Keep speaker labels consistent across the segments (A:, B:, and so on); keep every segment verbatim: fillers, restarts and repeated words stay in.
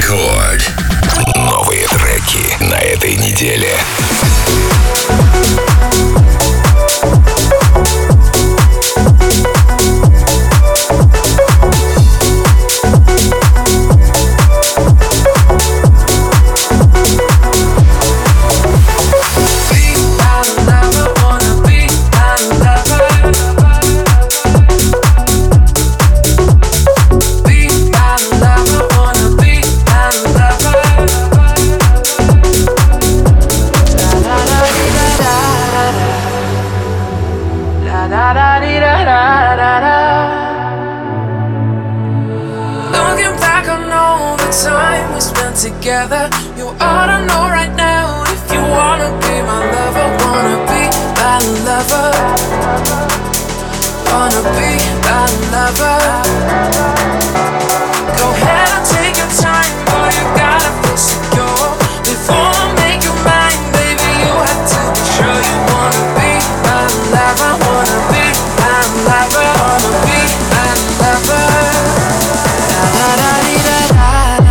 A: Рекорд. Новые треки на этой неделе.
B: Together, you ought to know right now. If you wanna be my lover, wanna be my lover, wanna be my lover. Go ahead and take your time, boy, you gotta feel secure. Before I make you mine, baby, you have to be sure you wanna be my lover, wanna be my lover, wanna be my lover. Da da da dee da da.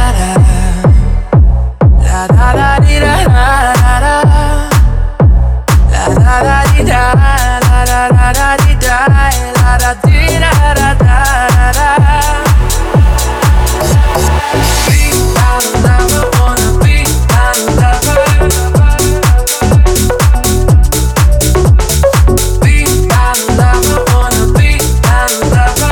B: La da da dee da da da da. La da da dee da, la da da da dee da, la da dee da da da da. Be my lover, wanna be my lover. Be my lover, wanna be my lover.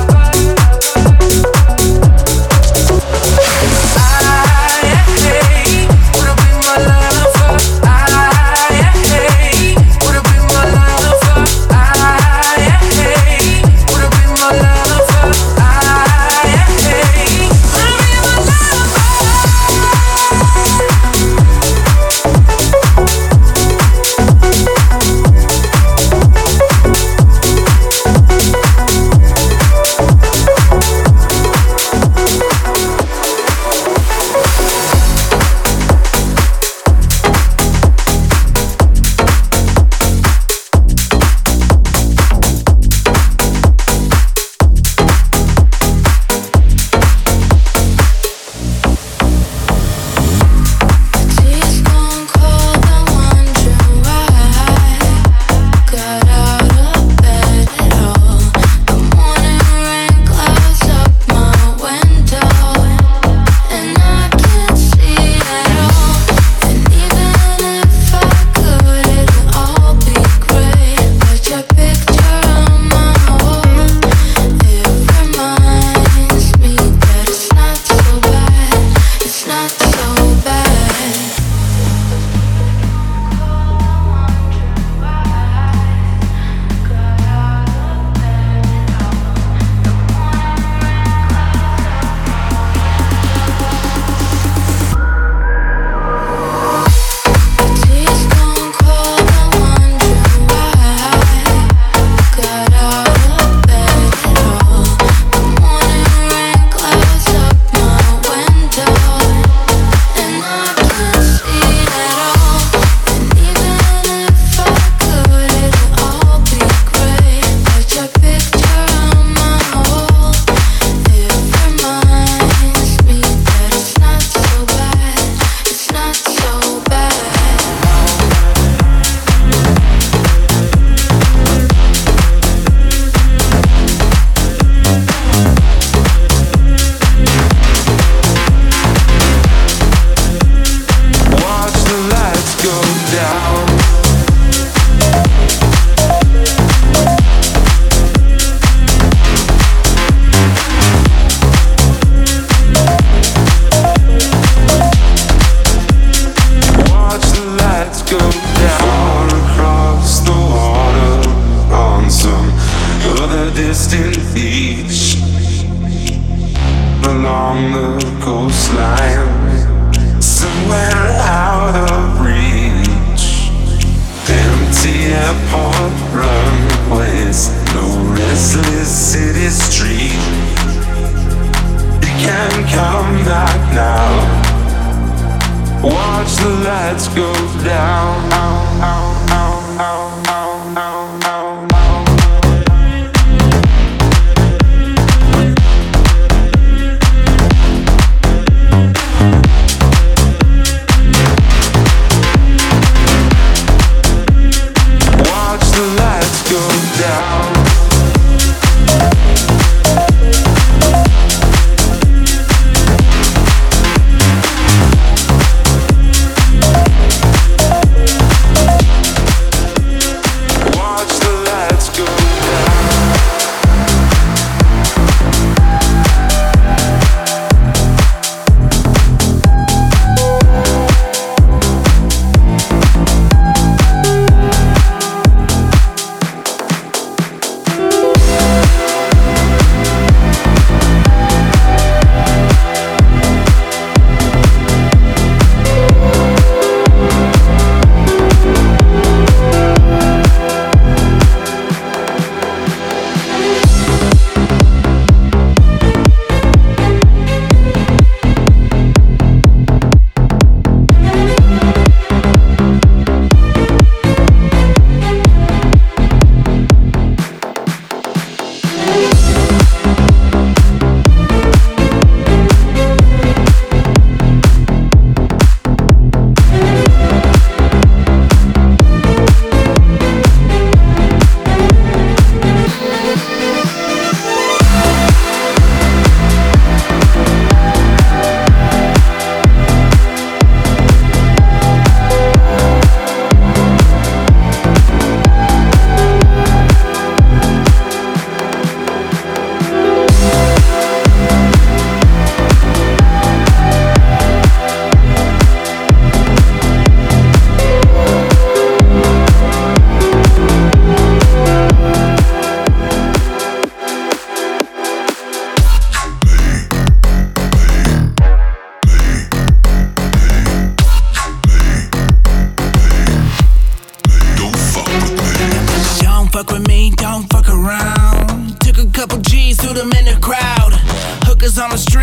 B: Watch the lights go down.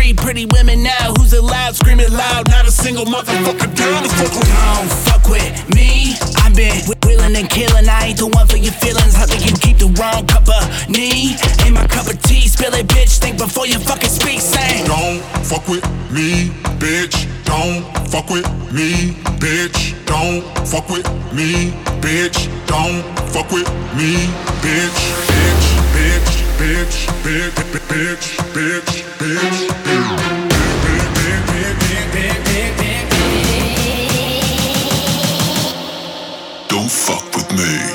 C: Three pretty women now, who's allowed? Scream it loud, not a single motherfucker down to fuck with. Don't fuck with me. I've been willing and killing, I ain't the one for your feelings. How they can keep the wrong company? Ain't my cup of tea, spill it, bitch. Think before you fucking speak, say
D: don't fuck with me, bitch. Don't fuck with me, bitch. Don't fuck with me, bitch. Don't fuck with me, bitch. Bitch, bitch, bitch, bitch, bitch, bitch, bitch, bitch. Don't fuck with me.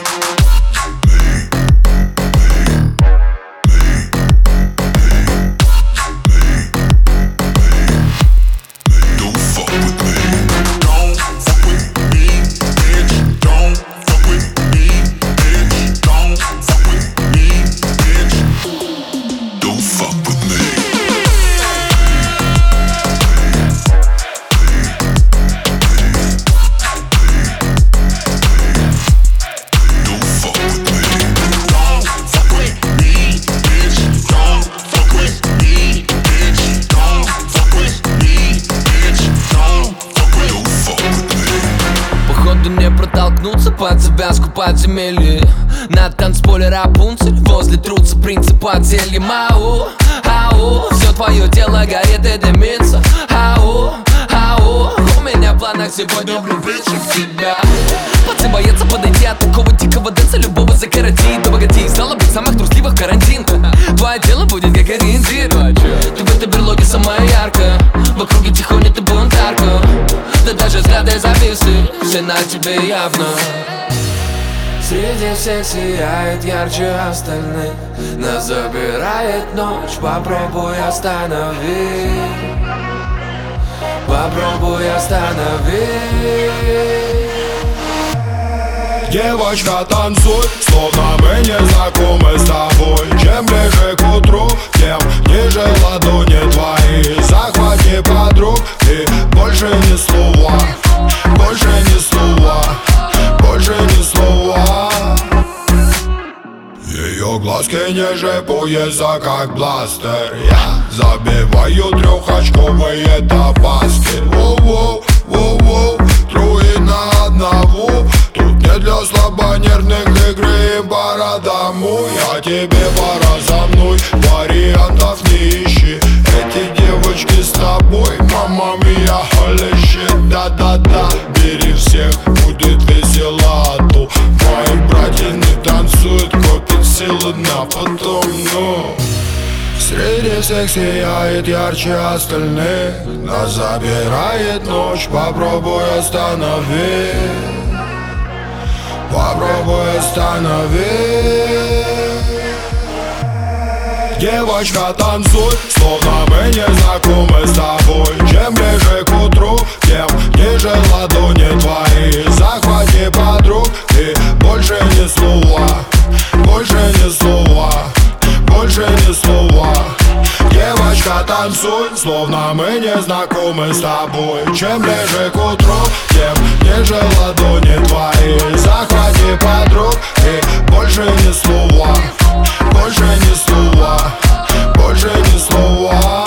E: Под завязку подземелья на танцполе Рапунцель. Возле трутся принца под зельем. Ау, ау, все твое тело горит и дымится. Ау, ау, у меня в планах сегодня влюбиться в тебя. Пацан боятся подойти от такого дикого дэнса. Любого закоротить, да богатей. Стало быть самых трусливых карантин. Твое тело будет как ориентир. Ты в этой берлоге самая яркая. В округе тихоня ты бунтарка. Да даже взгляды зависли, все на тебе явно. Среди всех сияет ярче остальных. Нас забирает ночь, попробуй останови. Попробуй останови.
F: Девочка, танцуй, словно мы не знакомы с тобой. Чем ближе к утру, тем ниже ладони твои. Захвати подруг и больше ни слова, больше ни слова, больше ни слова. Ее глазки ниже пояса, как бластер. Я забиваю трехочковые топаски. Воу-воу, воу-воу, трое на одного. Тут не для слабонервных, игры им пора домой. А тебе пора за мной, вариантов не ищи. Эти девочки с тобой, мама мия, holy shit. Да-да-да, бери всех, будет весело. А то мои братья не танцуют, копят силы на потом, ну. Среди всех сияет ярче остальных. Нас забирает ночь, попробуй останови. Попробуй останови. Девочка, танцуй, словно мы не знакомы с тобой. Чем ближе к утру, тем ниже ладони твои. Захвати подруг и больше ни слова, больше ни слова, больше ни слова. Девочка, танцуй, словно мы не знакомы с тобой. Чем ближе к утру, тем ниже ладони твои. Захвати подруг и больше ни слова, больше ни слова, больше ни слова.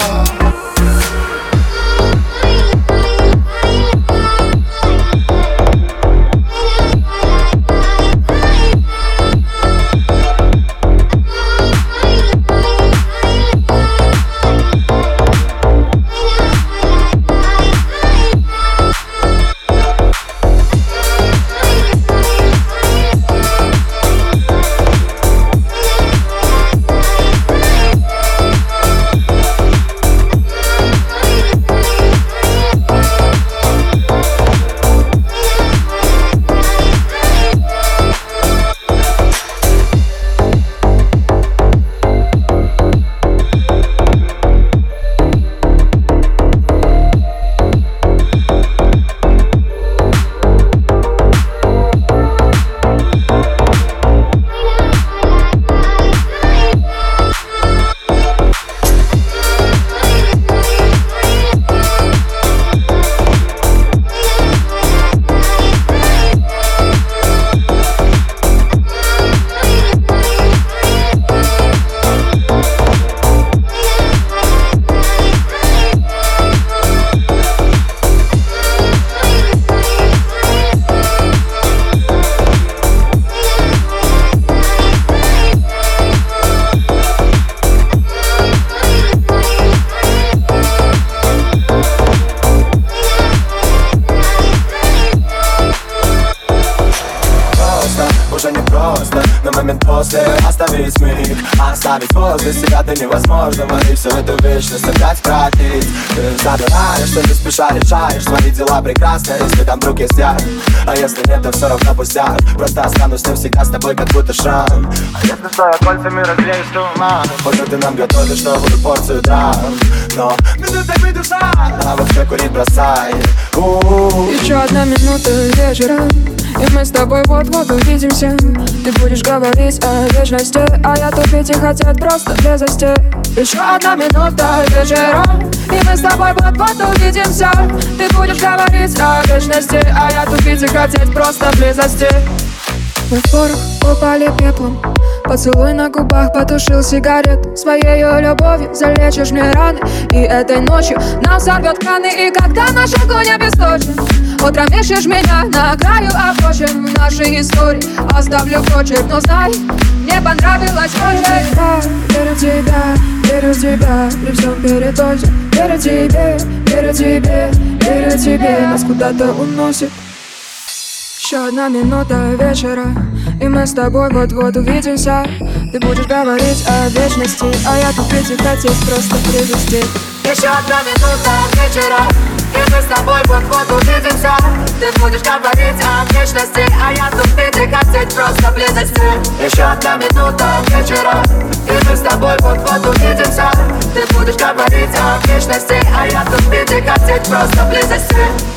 G: после оставить миг, оставить возле себя ты невозможно. И всю эту вечность опять продлить. Ты забираешь, что не спеша решаешь свои дела прекрасно, если там вдруг есть я. А если нет, то все равно пустяк. Просто останусь навсегда с тобой, как будто шрам. А если стоя кольцами развеешь туман, позже ты нам готовишь новую порцию драм. Но минута душа, а вот все курить бросай. У-у-у.
H: Еще одна минута вечера, и мы с тобой вот-вот увидимся. Ты будешь говорить о вечности, а я тупить и хотят просто близости. Еще одна минута вечера, и мы с тобой вот-вот увидимся. Ты будешь говорить о вечности, а я тупить и хотеть просто близости. Мы в порох упали пеплом, поцелуй на губах потушил сигарет. Своей любовью залечишь мне раны, и этой ночью нам сорвет краны. И когда наш огонь обесточен, утром ищешь меня на краю обочин. В нашей истории оставлю почерк, но знай, мне понравилось очень. Верю в тебя, верю в тебя, при всем передозе. Верю тебе, верю тебе, верю тебе, нас куда-то уносит. Еще одна минута вечера, и мы с тобой вот-вот увидимся. Ты будешь говорить о вечности, а я тупить и хотеть просто привести.
G: Еще одна минута вечера, и мы с тобой вот-вот увидимся. Ты будешь говорить о вечности, а я тупить и хотеть просто близости. Еще одна минута вечера, и мы с тобой вот-вот увидимся. Ты будешь говорить о вечности, а я тупить и хотеть просто близости.